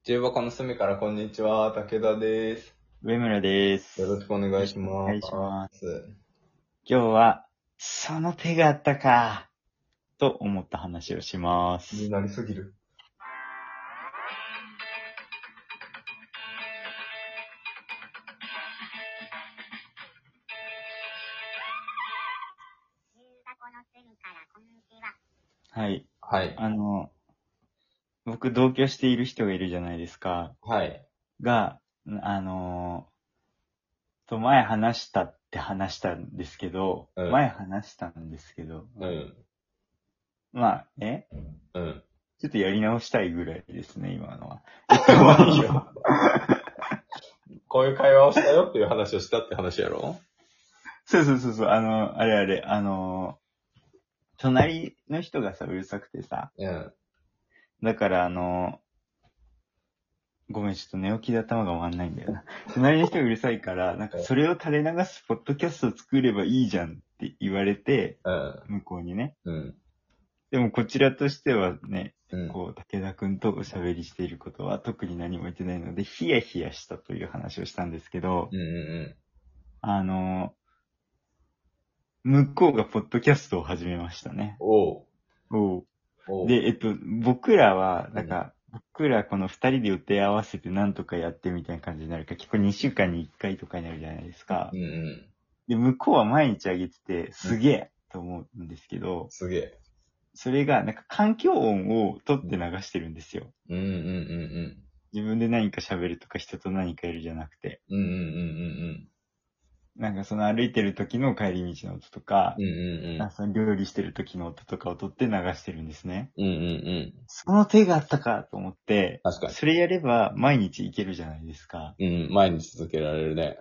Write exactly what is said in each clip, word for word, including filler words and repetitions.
重箱の隅からこんにちは、武田です。 上村です。 よろしくお願いします。 お願いします。今日は、その手があったか、と思った話をします。 になりすぎる。 はい。 はい。 あの、僕同居している人がいるじゃないですか。 はい。 が、あの、と前話したって話したんですけど、 うん前話したんですけど、 うん。 まあ、えうん。 ちょっとやり直したいぐらいですね、今のは。 いいよ。こういう会話をしたよっていう話をしたって話やろ？ そうそうそうそう、あの、あれあれ、あの、隣の人がさ、うるさくてさ、 うん。 だからあの、ごめん、ちょっと寝起きで頭が回んないんだよな。隣の人がうるさいから、なんかそれを垂れ流すポッドキャストを作ればいいじゃんって言われて、 うん。 向こうにね。 うん。 でもこちらとしてはね、 うん。 こう、武田くんとおしゃべりしていることは特に何も言ってないので、ヒヤヒヤしたという話をしたんですけど、 うん。うん。 あの、向こうがポッドキャストを始めましたね。 おう。 おうおう。 で、えっと、僕らは、なんか、僕らこの二人で予定合わせてなんとかやってみたいな感じになるから、結構にしゅうかんにいっかいとかになるじゃないですかうん。。うん。 で、向こうは毎日あげてて、すげえと思うんですけど、 すげえ。 それが、なんか環境音を取って流してるんですよ。 うん。うん。うん。 自分で何か喋るとか人と何かやるじゃなくて。 うん。うん。うん。うん。 なんかその歩いてる時の帰り道の音とか、 うん。うん。 なんかその料理してる時の音とかを取って流してるんですね。 うん。うん。うん。 その手があったかと思って、 確かに。 それやれば毎日いけるじゃないですか。 うん。毎日続けられるね。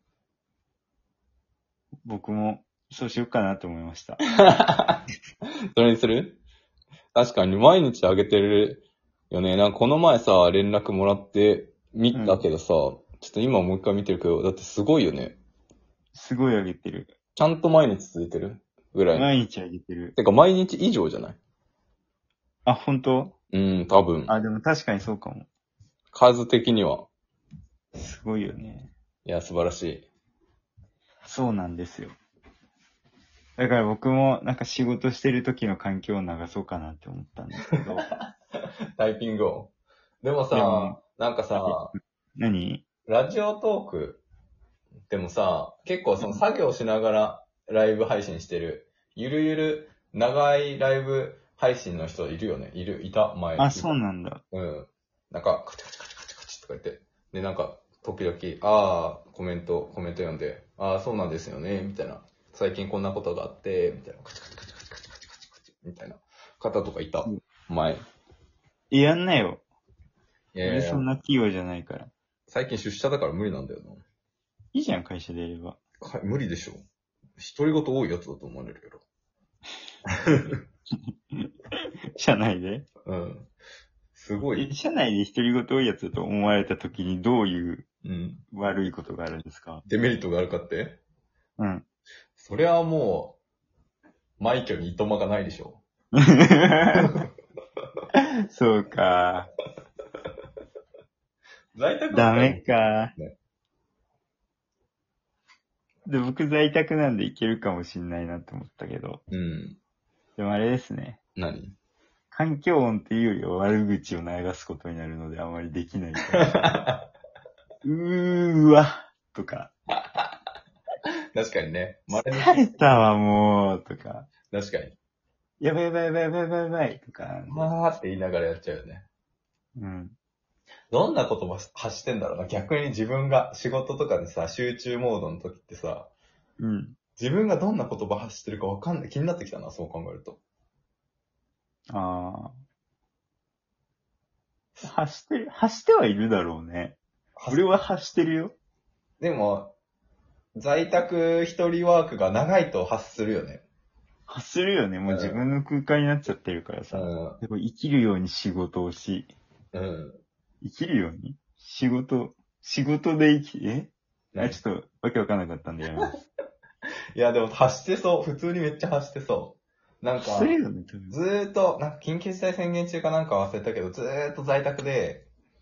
僕もそうしようかなと思いました。 それにする？確かに毎日あげてるよね。なんかこの前さ、連絡もらって見たけどさ、うん、ちょっと今もう一回見てるけど、だってすごいよね。 すごいあげてる。 ちゃんと毎日続いてるぐらい。 毎日あげてる。 てか毎日以上じゃない？ あ、本当？ うん、多分。 あ、でも確かにそうかも。 数的には。 すごいよね。 いや、素晴らしい。 そうなんですよ。だから僕もなんか仕事してる時の環境を流そうかなって思ったんですけど。 タイピングを。でもさ、 でもなんかさ、 何？ ラジオトークでもさ、結構その作業しながらライブ配信してる、ゆるゆる長いライブ配信の人いるよね。いる、いた、前。 あ、そうなんだ。 うん。なんか、カチカチカチカチカチとか言って。で、なんか、時々、ああ、コメント、コメント読んで、ああ、そうなんですよね、みたいな。最近こんなことがあって、みたいな。カチカチカチカチカチカチカチカチみたいな方とかいた。前。 やんなよ。 いやいや俺そんな器用じゃないから。 最近出社だから無理なんだよな。 いいじゃん、会社でやれば。 か無理でしょ。独り言多いやつだと思われるけど。 社内でうん。すごい。 社内で独り言多いやつだと思われた時にどういううん。 悪いことがあるんですか？ デメリットがあるかって？ うん。 それはもう、枚挙にいとまがないでしょ。 そうか。 在宅ダメか。 ね。 で、僕在宅なんでいけるかもしんないなって思ったけど。 うん。 でもあれですね。 何？ 環境音っていうよりは悪口を流すことになるのであまりできないかもしれない。うーわとか。 確かにね。 疲れたわもうとか。 確かに。 やばいやばいやばいやばいやばいやばいとか。 はーって言いながらやっちゃうよね。 うん。 どんな言葉発してんだろうな。逆に自分が仕事とかでさ、集中モードの時ってさ、 うん。 自分がどんな言葉発してるかわかんない。気になってきたな、そう考えると。 ああ。発してる、発してはいるだろうね。俺は発してるよ。 でも、在宅一人ワークが長いと発するよね。 発するよね。もう自分の空間になっちゃってるからさ。 うん。 でも生きるように仕事をし、 うん。 生きるように仕事、仕事で生き、えあ、ちょっとわけわかんなかったんでやめます。 いや、でも発してそう。普通にめっちゃ発してそう。なんか、 するよね、多分。 ずーっと、なんか緊急事態宣言中かなんか忘れたけど、ずーっと在宅で、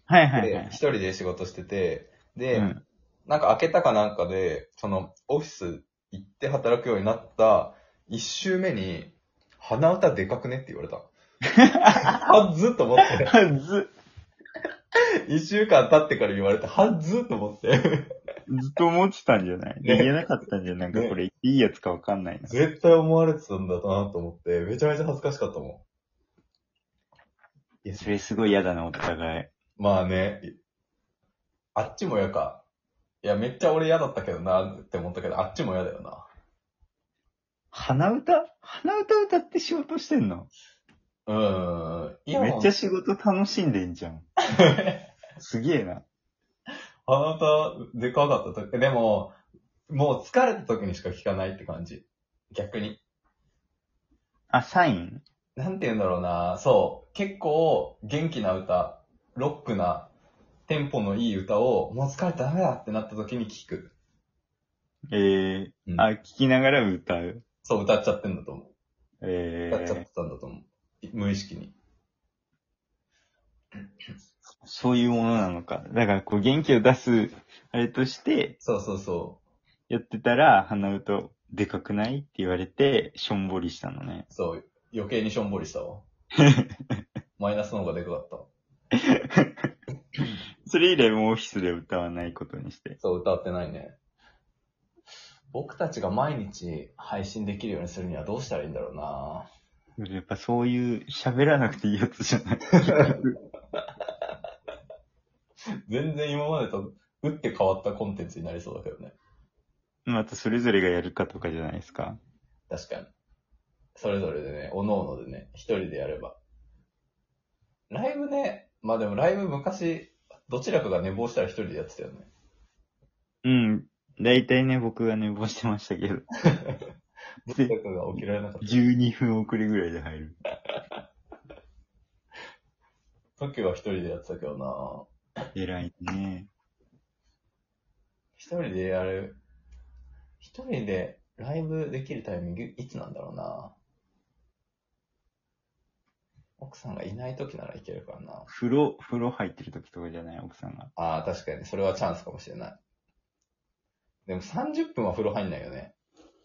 はいはいはで、一い。 人で仕事してて、で、 うん。 なんか開けたかなんかで、その、オフィス行って働くようになった一週目に、鼻歌でかくねって言われた。はっずっと思って、 はず。 一週間経ってから言われて、はっずっと思って。 ずっと思ってたんじゃないで、言えね、 なかったんじゃん。なんかこね、 れ言っていいやつかわかんないな。 絶対思われてたんだなと思って、めちゃめちゃ恥ずかしかったもん。いや、 それすごい嫌だな、お互い。 まあね、あっちも嫌か。いや、めっちゃ俺嫌だったけどなって思ったけど、あっちも嫌だよな。 鼻歌鼻歌歌って仕事してんのうーん。イヤホンめっちゃ仕事楽しんでんじゃん。すげえな。 鼻歌でかかった時、でも、もう疲れた時にしか聞かないって感じ。逆に。 あ、サインなんて言うんだろうな。そう。結構元気な歌、ロックな、テンポのいい歌を、もう疲れたダメだってなった時に聞く。 ええうん。 ー、あ、聞きながら歌う。 そう、歌っちゃってんだと思う。歌っちゃっええてたんだと思う。無意識に。 ー、そういうものなのか。だからこう元気を出す、あれとして、 そうそうそやってたら、鼻歌でかくないって言われて、しょんぼりしたのね。 う。そう。余計にしょんぼりしたわ。マイナスの方がでかかったわ。 それ以来もうオフィスで歌わないことにして。 そう、歌ってないね。僕たちが毎日配信できるようにするにはどうしたらいいんだろうな。 やっぱそういう喋らなくていいやつじゃない。 全然今までと打って変わったコンテンツになりそうだけどね。 またそれぞれがやるかとかじゃないですか。 確かに。それぞれでね、おのおのでね、一人でやれば。ライブね、まあでもライブ昔、どちらかが寝坊したら一人でやってたよね。 うん。だいたいね、僕が寝坊してましたけど。 どちらかが起きられなかった。 じゅうにふん遅れぐらいで入る。 時は一人でやってたけどな。 偉いね。 一人でやる。一人でライブできるタイミングいつなんだろうな。奥さんがいない時ならいけるからな。 風呂、風呂入ってる時とかじゃない奥さんが。 ああ、確かに。それはチャンスかもしれない。でもさんじゅっぷんは風呂入んないよね。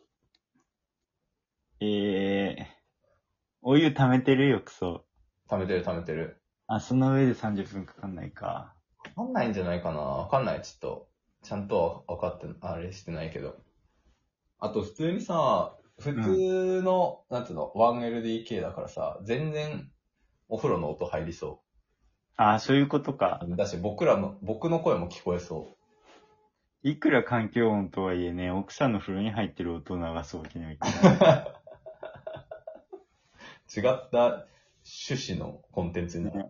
えー、お湯溜めてるよ、クソ。 溜めてる溜めてる。 あ、その上でさんじゅっぷんかかんないか。 わかんないんじゃないかな。わかんない。ちょっと、ちゃんとは分かって、あれしてないけど。あと普通にさ、普通の、なんていうの、ワンエルディーケー だからさ、全然お風呂の音入りそあ、そういうことか。 う。だし、僕らの、僕の声も聞こえそいくら環境音とはいえね、奥さんの風呂に入ってる音を流すわけにはいかう。 ない。 違った趣旨のコンテンツになる。 ね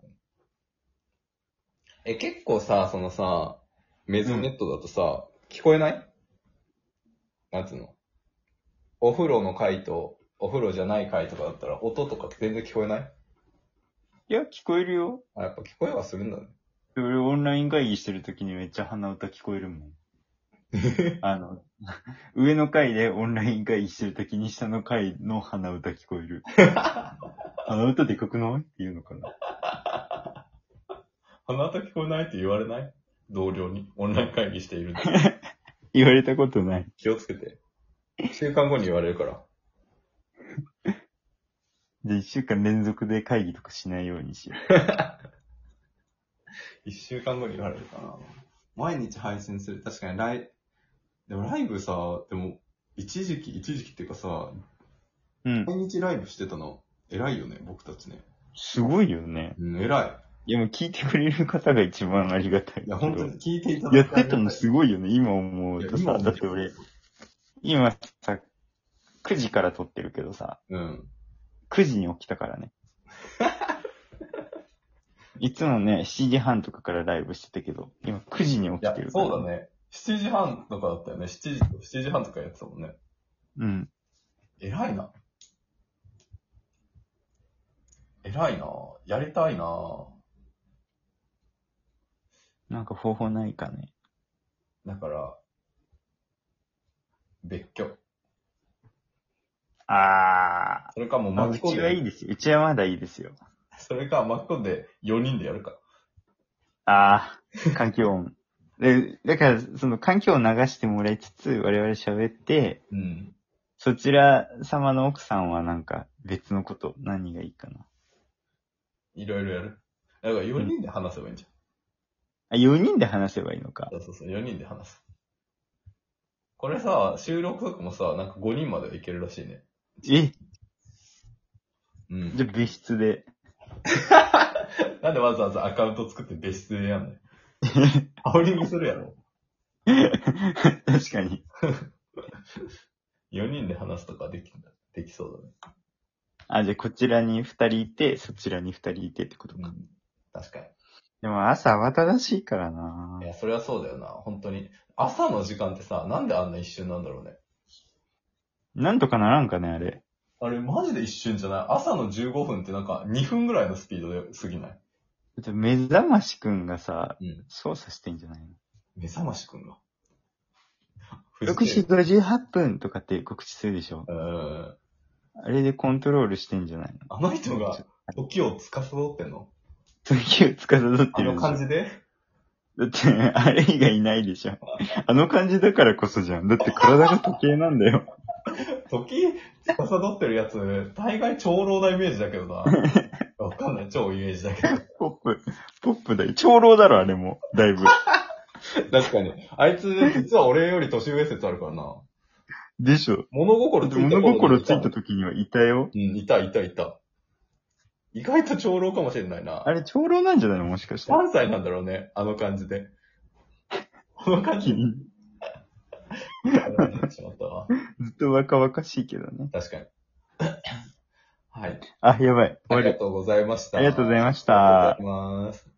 え、結構さ、そのさ、メゾネットだとさ、聞こえないなんつうのお風呂の回と、お風呂じゃない回とかだったら、音とか全然聞こえないいや、聞こえるよ。 あ、やっぱ聞こえはするんだね。 俺オンライン会議してる時にめっちゃ鼻歌聞こえるもん。あの、上の階でオンライン会議してる時に下の階の鼻歌聞こえる。鼻歌でかくないって言うのかな。 鼻歌聞こえないって言われない同僚に。オンライン会議しているって。 言われたことない。 気をつけて。いっしゅうかんごに言われるから。 で、一週間連続で会議とかしないようにしよいっしゅうかんごに言われるかな。毎日配信する。確かにライ、でもライブさ、でも、一時期、一時期っていうかさ、 う。うん。 毎日ライブしてたの、偉いよね、僕たちね。 すごいよね。 うん、偉いや、もう聞いてくれる方が一番ありがたいい。いけど。 や、本当に聞いていただやってたのすすごいよね。今思うとさ、 いや今思うだって俺、今さ、くじから撮ってるけどさ、 うん。 くじに起きたからね。いつもね、しちじはんとかからライブしてたけど、今くじに起いやきて、るから。 そうだ。ね。しちじはんとかだったよね。しちじ、しちじはんとかやってたもんね。 うん。 偉いな。偉いな。やりたいな。 なんか方法ないかね。 だから、別居。 あそれかもうー。まあ、うち巻き込んで、 はいいですよ。うちはまだいいですよ。 それか巻き込んでよにんでやるか。 ああ、環境音。で、だから、その環境音流してもらいつつ、我々喋って、 うん。 そちら様の奥さんはなんか別のこと、何がいいかな。 いろいろやる。だからよにんで話せばいいんじあ、よにんで話せばいいのかゃん。。そうそうそう、よにんで話す。これさ、収録とかもさ、なんかごにんまではいけるらしいね。 え、 うん。 じゃあ別室で。 なんでわざわざアカウント作って別室でやんの？煽りにするやろ。 確かに。 よにんで話すとかでき、できそうだね。 あ、じゃあこちらにふたりいて、そちらにふたりいてってことか。 うん。確かに。 でも朝慌ただしいからないや、それはそうだよな。本当に。朝の時間ってさ、なんであんな一瞬なんだろうね。 なんとかならんかね、あれ。 あれ、マジで一瞬じゃない？朝のじゅうごふんってなんかにふんぐらいのスピードで過ぎない？ だって目覚ましくんがさ、 うん。 操作してんじゃないの？ 目覚ましくんが。 ろくじごじゅうはっぷんとかって告知するでしょ？ うん。 あれでコントロールしてんじゃないの？ あの人が時を司ってんの？ 時を司ってあのるでしょ。 感じで？ だって、あれ以外いないでしょ。あの感じだからこそじゃん。だって体が時計なんだよ。 時司ってるやつ、大概長老なイメージだけどな。わかんない、超イメージだけど。 ポップ、ポップだよ。長老だろ、あれも。だいぶ。 確かに。あいつ、実は俺より年上説あるからな。 でしょ。 物心ついた物心ついたと。 時にはいたよ。 うん、いた、いた、いた。意外と長老かもしれないな。 あれ長老なんじゃないの？もしかして。 何歳なんだろうね、あの感じで。この感じ。しまったわ。 ずっと若々しいけどね。 確かに。はい。 あ、やばい。終あわる。 りがとうございました。 ありがとうございました。 ありがとうございます。